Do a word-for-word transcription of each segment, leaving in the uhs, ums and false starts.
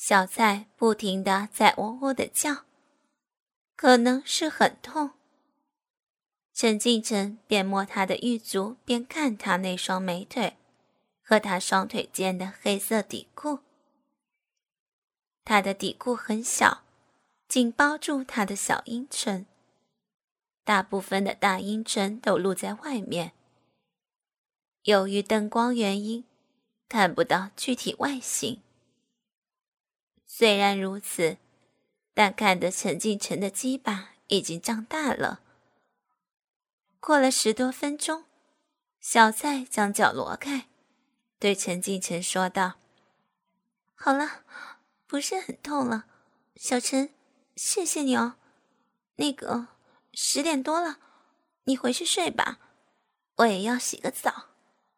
小蔡不停地在喔喔地叫，可能是很痛。陈敬晨边摸他的玉足，边看他那双美腿和他双腿间的黑色底裤。他的底裤很小，紧包住他的小阴唇，大部分的大阴唇都露在外面。由于灯光原因，看不到具体外形。虽然如此，但看得陈敬晨的鸡巴已经胀大了。过了十多分钟，小蔡将脚挪开，对陈敬晨说道：好了，不是很痛了，小陈，谢谢你哦。那个，十点多了，你回去睡吧，我也要洗个澡。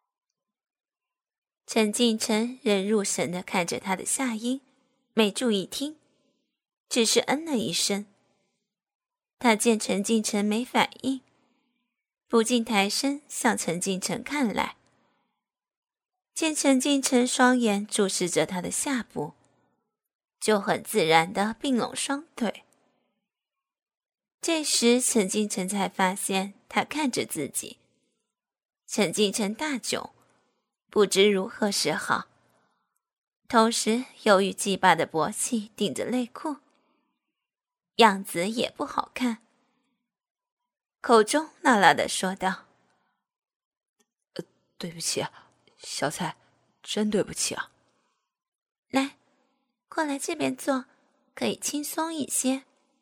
陈敬晨仍入神地看着他的下阴，没注意听，只是嗯了一声。他见陈敬晨没反应，不禁抬身向陈敬晨看来，见陈敬晨双眼注视着他的下部，就很自然地并拢双腿。这时陈敬晨才发现他看着自己。陈敬晨大窘，不知如何是好，同时由于鸡巴的勃起顶着内裤，样子也不好看，口中辣辣地说道： 呃，对不起啊，小蔡，真对不起啊。 来，过来这边坐，可以轻松一些。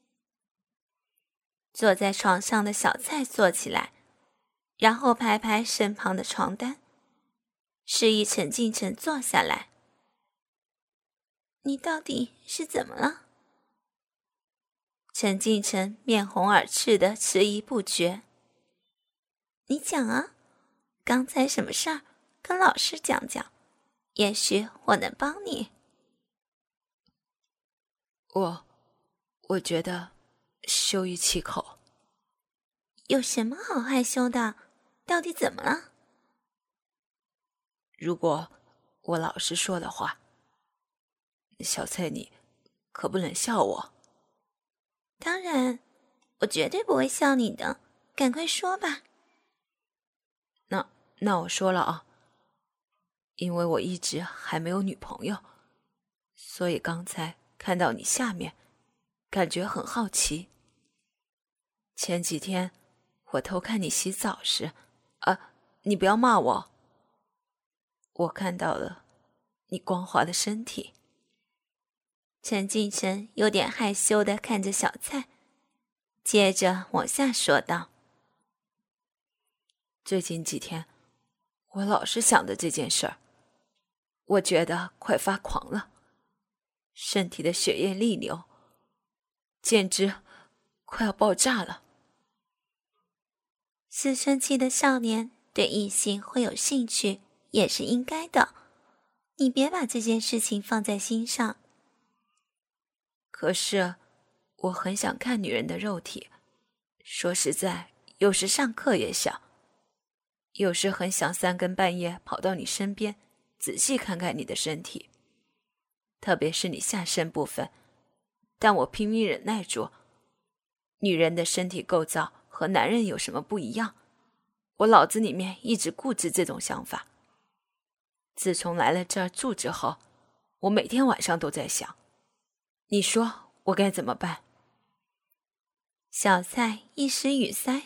坐在床上的小蔡坐起来，然后拍拍身旁的床单，示意陈敬晨坐下来。你到底是怎么了？陈敬晨面红耳赤的迟疑不决。你讲啊，刚才什么事儿，跟老师讲讲，也许我能帮你。 我，我觉得羞于启口。 有什么好害羞的？到底怎么了？ 如果我老实说的话，小蔡你可不能笑我。 当然，我绝对不会笑你的，赶快说吧。 那那我说了啊，因为我一直还没有女朋友，所以刚才看到你下面，感觉很好奇。前几天我偷看你洗澡时，啊，你不要骂我。我看到了你光滑的身体。 陈敬晨有点害羞地看着小蔡，接着往下说道： 最近几天我老是想着这件事儿，我觉得快发狂了，身体的血液逆流简直快要爆炸了。 青春期的少年对异性会有兴趣也是应该的，你别把这件事情放在心上。 可是我很想看女人的肉体，说实在，有时上课也想，有时很想三更半夜跑到你身边，仔细看看你的身体，特别是你下身部分，但我拼命忍耐住。女人的身体构造和男人有什么不一样？我脑子里面一直固执这种想法。自从来了这儿住之后，我每天晚上都在想，你说我该怎么办？ 小蔡一时语塞。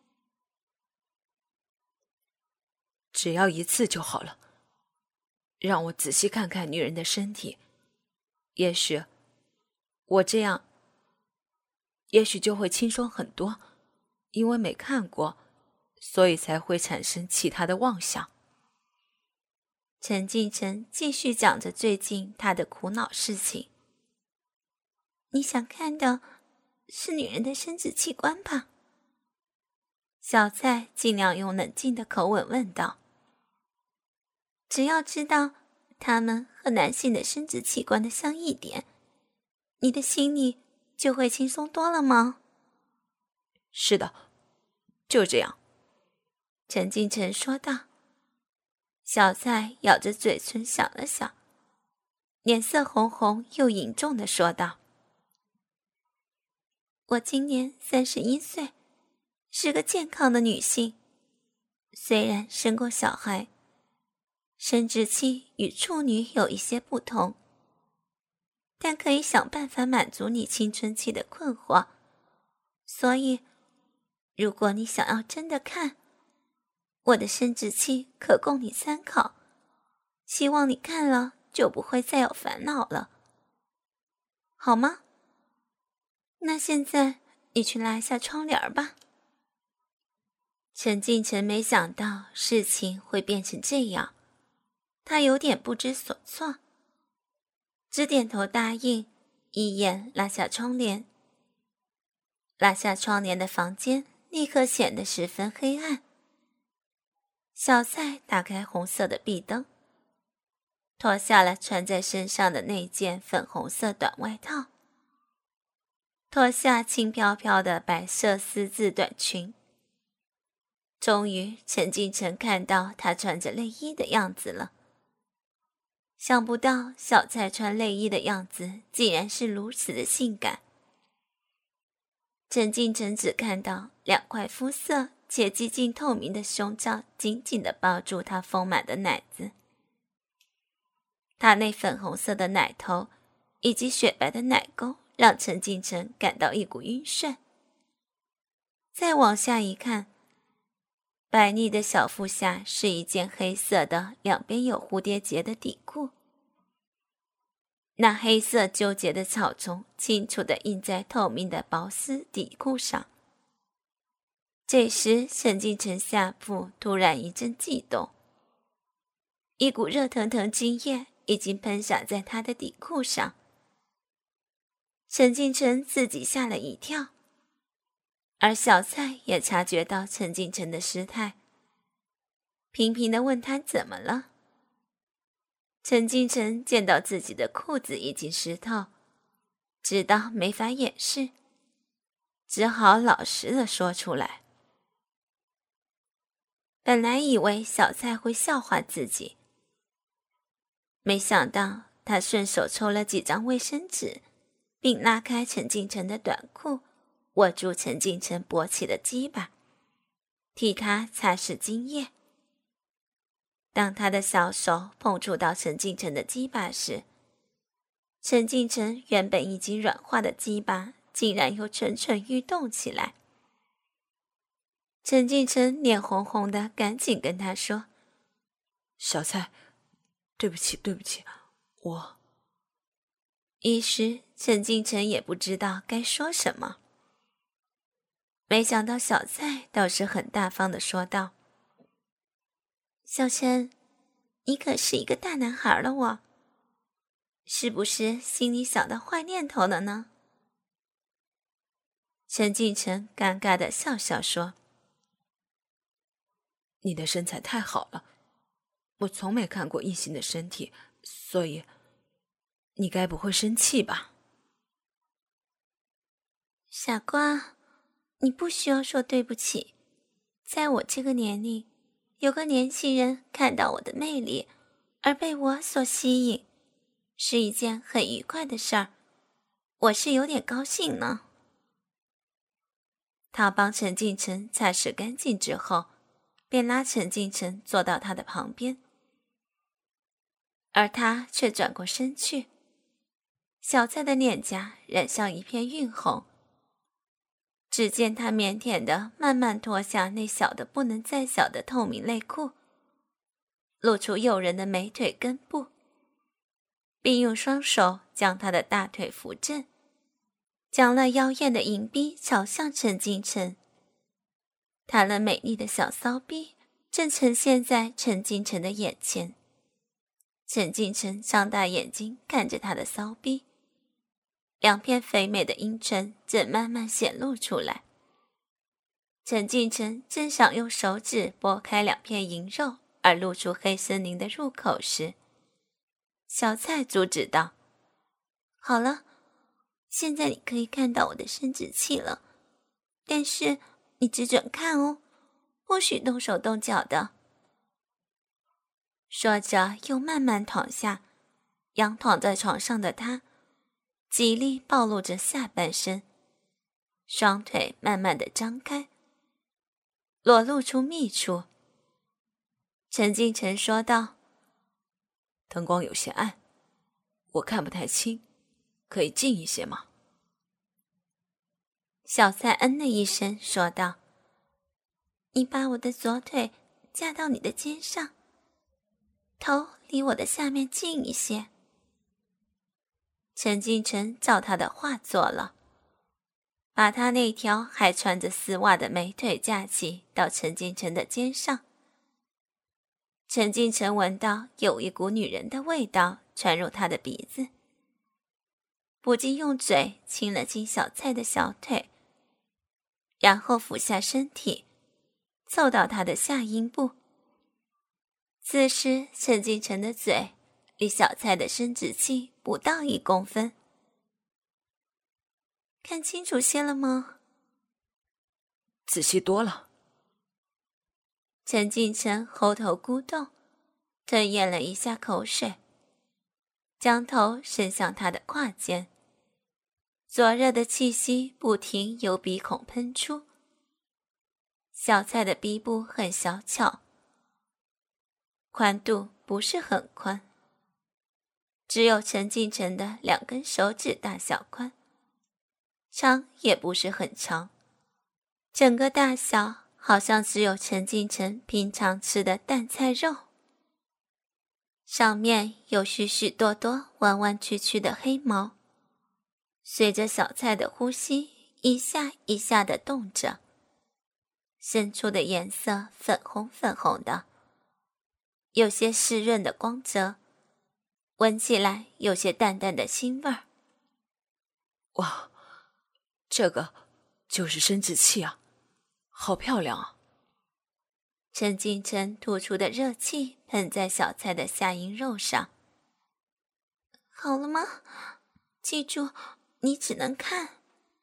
只要一次就好了，让我仔细看看女人的身体，也许我这样也许就会轻松很多，因为没看过，所以才会产生其他的妄想。 陈敬晨继续讲着最近他的苦恼事情。你想看的是女人的生殖器官吧？小蔡尽量用冷静的口吻问道。只要知道它们和男性的生殖器官的相异点，你的心里就会轻松多了吗？ 是的，就这样。 陈敬晨说道。小蔡咬着嘴唇想了想， 脸色红红又凝重地说道：“我今年三十一岁，是个健康的女性。虽然生过小孩，生殖器与处女有一些不同，但可以想办法满足你青春期的困惑。所以，如果你想要真的看，我的生殖器可供你参考。希望你看了就不会再有烦恼了，好吗？那现在你去拉一下窗帘吧。”陈静晨没想到事情会变成这样，他有点不知所措，只点头答应，一眼拉下窗帘。拉下窗帘的房间立刻显得十分黑暗。小蔡打开红色的壁灯，脱下了穿在身上的那件粉红色短外套，脱下轻飘飘的白色丝质短裙。终于，陈静晨看到她穿着内衣的样子了。想不到小蔡穿内衣的样子竟然是如此的性感。陈静晨只看到两块肤色且接近透明的胸罩紧紧地包住她丰满的奶子。她那粉红色的奶头以及雪白的奶沟让陈静晨感到一股晕眩。再往下一看，白腻的小腹下是一件黑色的两边有蝴蝶结的底裤，那黑色纠结的草丛清楚地印在透明的薄丝底裤上。这时陈静晨下腹突然一阵悸动，一股热腾腾精液已经喷洒在他的底裤上。陈静晨自己吓了一跳，而小蔡也察觉到陈静晨的失态，频频地问他怎么了。陈静晨见到自己的裤子已经湿透，知道没法掩饰，只好老实地说出来。本来以为小蔡会笑话自己，没想到他顺手抽了几张卫生纸，并拉开陈静晨的短裤，握住陈静晨勃起的鸡巴，替他擦拭精液。当他的小手碰触到陈静晨的鸡巴时，陈静晨原本已经软化的鸡巴竟然又蠢蠢欲动起来。陈静晨脸红红的，赶紧跟他说：“ 小蔡，对不起，对不起，我……” 一时陈静晨也不知道该说什么。没想到小蔡倒是很大方的说道：“小陈，你可是一个大男孩了我，是不是心里想到坏念头了呢？”陈静晨尴尬的笑笑说：“ 你的身材太好了，我从没看过异性的身体，所以你该不会生气吧？” 傻瓜，你不需要说对不起。在我这个年龄，有个年轻人看到我的魅力而被我所吸引，是一件很愉快的事儿，我是有点高兴呢。他帮陈静晨擦拭干净之后，便拉陈静晨坐到他的旁边，而他却转过身去。小蔡的脸颊染上一片晕红，只见他腼腆地慢慢脱下那小的不能再小的透明内裤，露出诱人的美腿根部，并用双手将他的大腿扶正，将那妖艳的银臂朝向陈静晨。他那美丽的小骚逼正呈现在陈静晨的眼前。陈静晨张大眼睛看着他的骚逼，两片肥美的阴唇正慢慢显露出来。陈静晨正想用手指拨开两片银肉而露出黑森林的入口时，小蔡阻止道：“好了，现在你可以看到我的生殖器了，但是你只准看哦，不许动手动脚的。”说着又慢慢躺下， 仰躺在床上的他，极力暴露着下半身，双腿慢慢的张开，裸露出密处。陈敬晨说道： 灯光有些暗，我看不太清，可以近一些吗？ 小蔡嗯了一声说道：你把我的左腿架到你的肩上，头离我的下面近一些。陈敬晨照他的话做了，把他那条还穿着丝袜的美腿架起到陈敬晨的肩上。陈敬晨闻到有一股女人的味道传入他的鼻子，不禁用嘴亲了亲小蔡的小腿，然后俯下身体凑到他的下阴部。此时陈敬晨的嘴离小蔡的生殖器不到一公分。看清楚些了吗？ 仔细多了。 陈敬晨喉头咕动，吞咽了一下口水，将头伸向他的胯间，灼热的气息不停由鼻孔喷出。小蔡的鼻部很小巧，宽度不是很宽，只有陈敬晨的两根手指大小宽，长也不是很长，整个大小好像只有陈敬晨平常吃的淡菜肉。上面有许许多多弯弯曲曲的黑毛，随着小蔡的呼吸一下一下地动着，渗出的颜色粉红粉红的，有些湿润的光泽，闻起来有些淡淡的腥味儿。 哇，这个就是生殖器啊，好漂亮啊！ 陈敬晨吐出的热气喷在小蔡的下阴肉上。好了吗？记住，你只能看。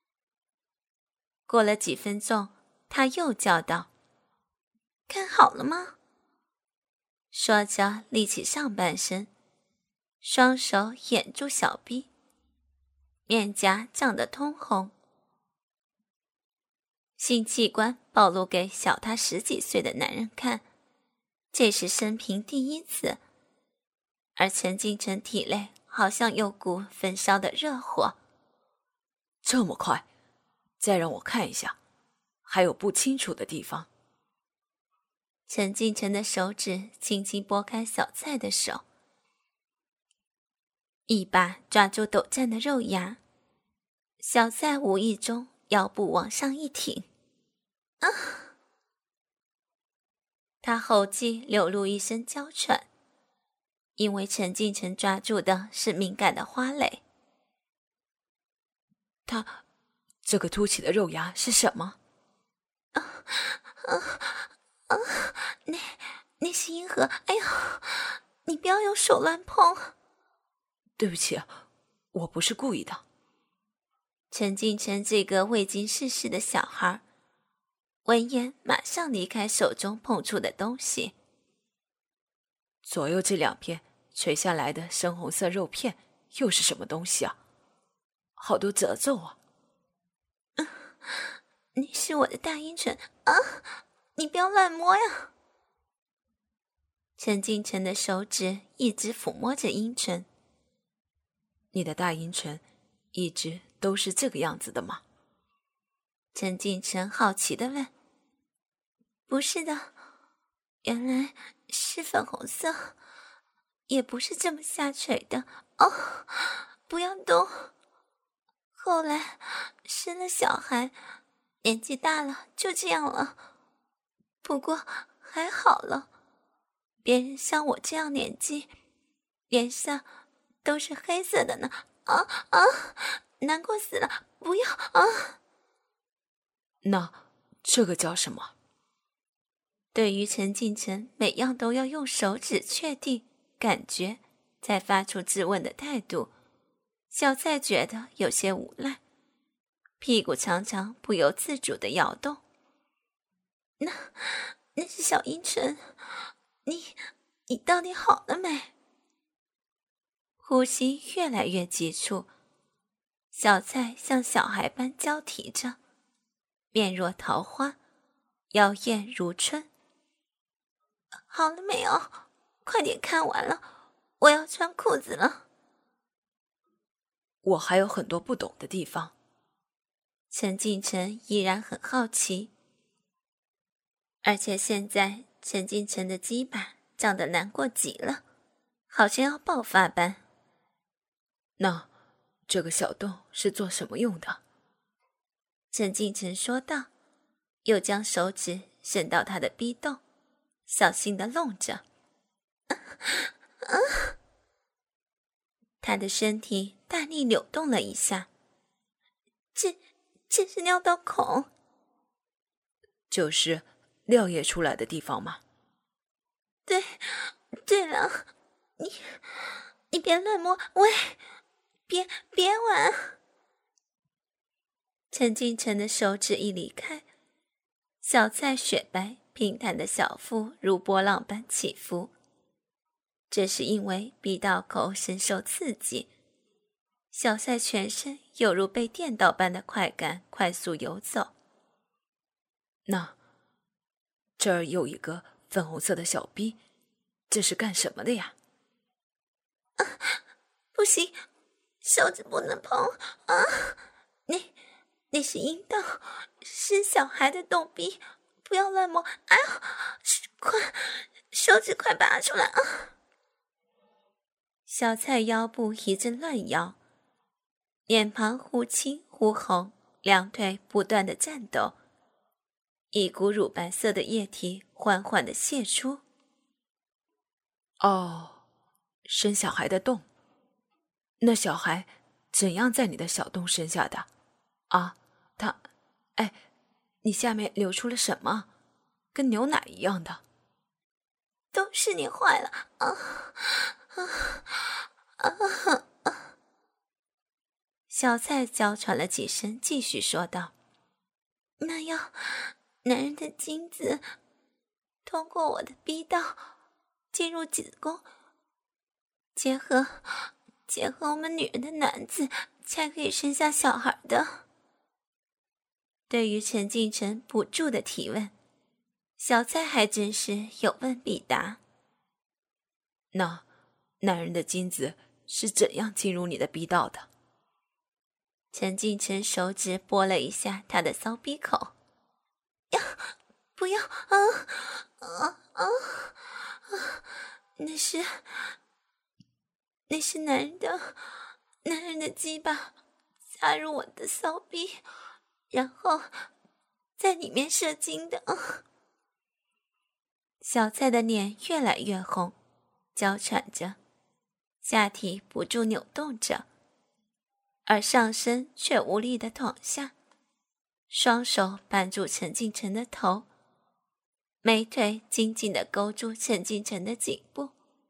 过了几分钟，他又叫道：看好了吗？说着立起上半身，双手掩住小臂，面颊涨得通红，性器官暴露给小他十几岁的男人看，这是生平第一次。而陈敬晨体内好像有股焚烧的热火。 这么快？再让我看一下，还有不清楚的地方。 陈敬晨的手指轻轻拨开小蔡的手，一把抓住陡站的肉芽，小蔡无意中腰部往上一挺，啊！他后继流露一声娇喘，因为陈敬晨抓住的是敏感的花蕾。 他这个凸起的肉芽是什么？ 啊啊啊！那那是阴核！哎呦，你不要用手乱碰。 对不起，我不是故意的。 陈敬晨这个未经世事的小孩，闻言马上离开手中碰触的东西。 左右这两片垂下来的深红色肉片又是什么东西啊？好多褶皱啊！ 嗯，那是我的大阴唇啊！你不要乱摸呀！陈敬晨的手指一直抚摸着阴唇。 你的大阴唇一直都是这个样子的吗？ 陈敬晨好奇地问。不是的，原来是粉红色，也不是这么下垂的。哦，不要动。后来生了小孩，年纪大了就这样了。不过还好了，别人像我这样年纪，脸上都是黑色的呢。啊啊，难过死了！不要啊！ 那这个叫什么？ 对于陈敬晨每样都要用手指确定感觉才发出质问的态度，小蔡觉得有些无赖，屁股常常不由自主地摇动。那那是小阴唇，你你到底好了没？ 呼吸越来越急促。小蔡像小孩般娇啼着，面若桃花，妖艳如春。好了没有？快点看完了，我要穿裤子了。 我还有很多不懂的地方。 陈敬诚依然很好奇，而且现在陈敬诚的鸡巴胀得难过极了，好像要爆发般。 那这个小洞是做什么用的？ 陈敬诚说道，又将手指伸到他的逼洞，小心地弄着。啊啊、他的身体大力扭动了一下。这这是尿道孔？ 就是尿液出来的地方吗？ 对，对了，你你别乱摸，喂，别别玩。陈敬诚的手指一离开，小蔡雪白平坦的小腹如波浪般起伏。这是因为逼道口深受刺激，小蔡全身犹如被电到般的快感快速游走。 那这儿有一个粉红色的小逼，这是干什么的呀？ 啊，不行，手指不能碰啊！那那是阴道，是小孩的洞壁，不要乱摸！哎呀，快，手指快拔出来啊！小蔡腰部一阵乱摇，脸庞忽青忽红，两腿不断的颤抖，一股乳白色的液体缓缓的泄出。 哦，生小孩的洞。那小孩怎样在你的小洞生下的？啊，他，哎，你下面流出了什么？跟牛奶一样的。 都是你坏了啊啊啊啊！小蔡娇喘了几声，继续说道：“那要男人的精子通过我的逼道进入子宫，结合结合我们女人的卵子，才可以生下小孩的。”对于陈敬诚不住的提问，小蔡还真是有问必答。 那男人的精子是怎样进入你的逼道的？ 陈敬诚手指拨了一下他的骚逼口。呀，不要啊啊啊！那是那是男人的男人的鸡巴插入我的骚逼，然后在里面射精的。小蔡的脸越来越红，娇喘着，下体不住扭动着，而上身却无力地躺下，双手扳住陈敬诚的头，美腿紧紧地勾住陈敬诚的颈部。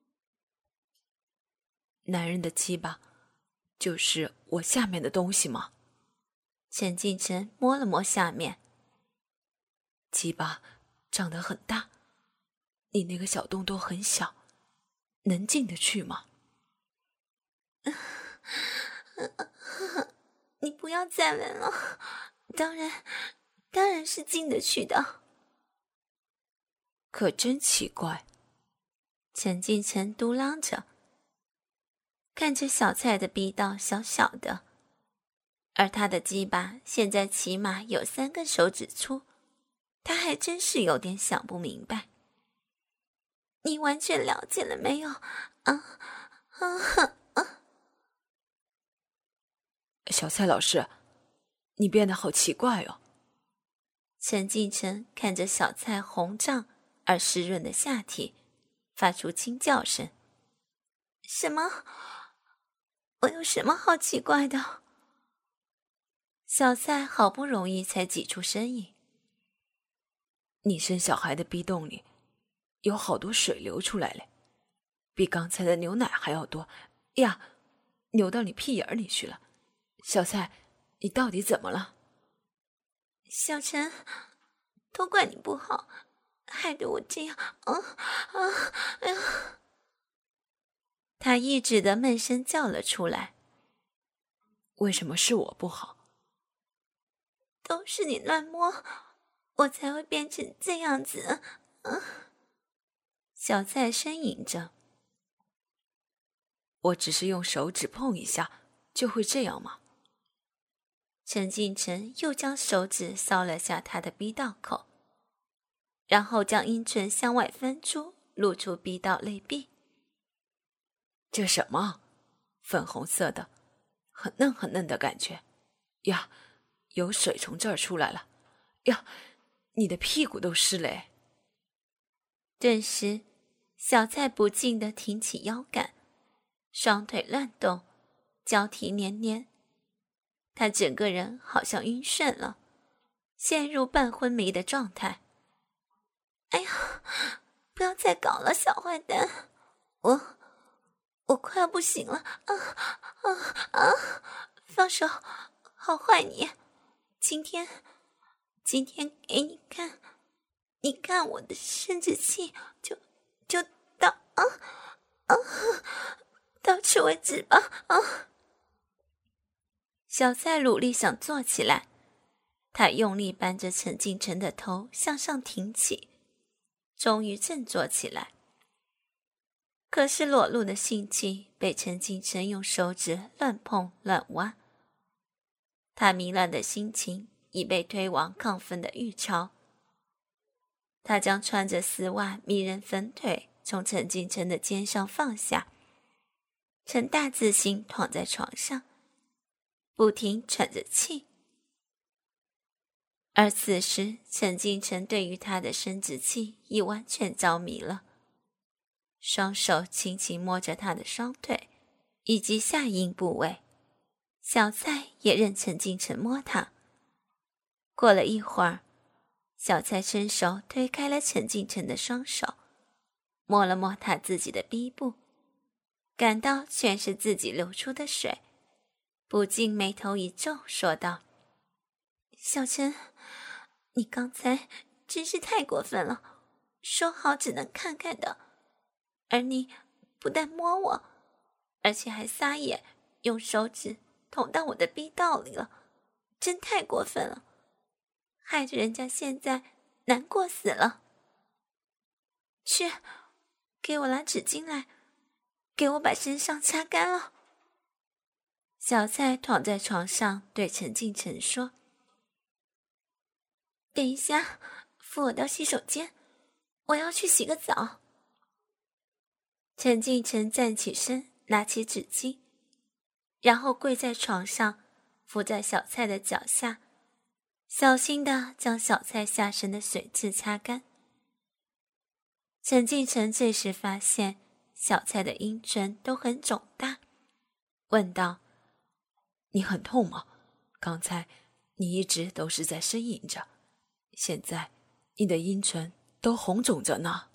男人的鸡巴就是我下面的东西吗？ 陈敬诚摸了摸下面， 鸡巴长得很大，你那个小洞洞很小，能进得去吗？ 你不要再问了，当然当然是进得去的。 可真奇怪， 陈敬诚嘟囔着，看着小蔡的逼道小小的，而他的鸡巴现在起码有三根手指粗，他还真是有点想不明白。你完全了解了没有？啊啊啊！ 小蔡老师，你变得好奇怪哦。 陈敬诚看着小蔡红胀而湿润的下体，发出惊叫声。什么？我有什么好奇怪的？小蔡好不容易才挤出声音。 你生小孩的逼洞里有好多水流出来了，比刚才的牛奶还要多呀，流到你屁眼里去了。小蔡，你到底怎么了？ 小陈，都怪你不好，害得我这样啊啊！哎呀！ 他抑制的闷声叫了出来。 为什么是我不好？ 都是你乱摸，我才会变成这样子。嗯，小蔡呻吟着。 我只是用手指碰一下，就会这样吗？ 陈敬晨又将手指搔了下他的逼道口，然后将阴唇向外分出，露出逼道内壁。 这什么？粉红色的，很嫩很嫩的感觉。呀，有水从这儿出来了。呀，你的屁股都湿了。 顿时，小蔡不禁地挺起腰杆，双腿乱动，交替连连。他整个人好像晕眩了，陷入半昏迷的状态。哎呀，不要再搞了，小坏蛋！我我快要不行了！啊啊啊！放手，好坏你！今天今天给你看，你看我的生殖器就就到啊啊，到此为止吧！啊！小蔡努力想坐起来，他用力扳着陈敬晨的头向上挺起，终于振作起来。可是裸露的性器被陈敬晨用手指乱碰乱挖，他迷乱的心情已被推往亢奋的欲潮。他将穿着丝袜迷人粉腿从陈敬晨的肩上放下，呈大字形躺在床上，不停喘着气。而此时陈敬晨对于他的生殖器已完全着迷了，双手轻轻摸着他的双腿以及下阴部位，小蔡也任陈敬晨摸他。过了一会儿，小蔡伸手推开了陈敬晨的双手，摸了摸他自己的逼部，感到全是自己流出的水，不禁眉头一皱，说道：小陈，你刚才真是太过分了，说好只能看看的，而你不但摸我，而且还撒野，用手指捅到我的逼道里了，真太过分了，害得人家现在难过死了。去，给我拿纸巾来，给我把身上擦干了。小蔡躺在床上对陈敬晨说：等一下，扶我到洗手间，我要去洗个澡。陈敬晨站起身，拿起纸巾，然后跪在床上，扶在小蔡的脚下，小心地将小蔡下身的水渍擦干。陈敬晨这时发现小蔡的阴唇都很肿大，问道： 你很痛吗？刚才你一直都是在呻吟着，现在你的阴唇都红肿着呢。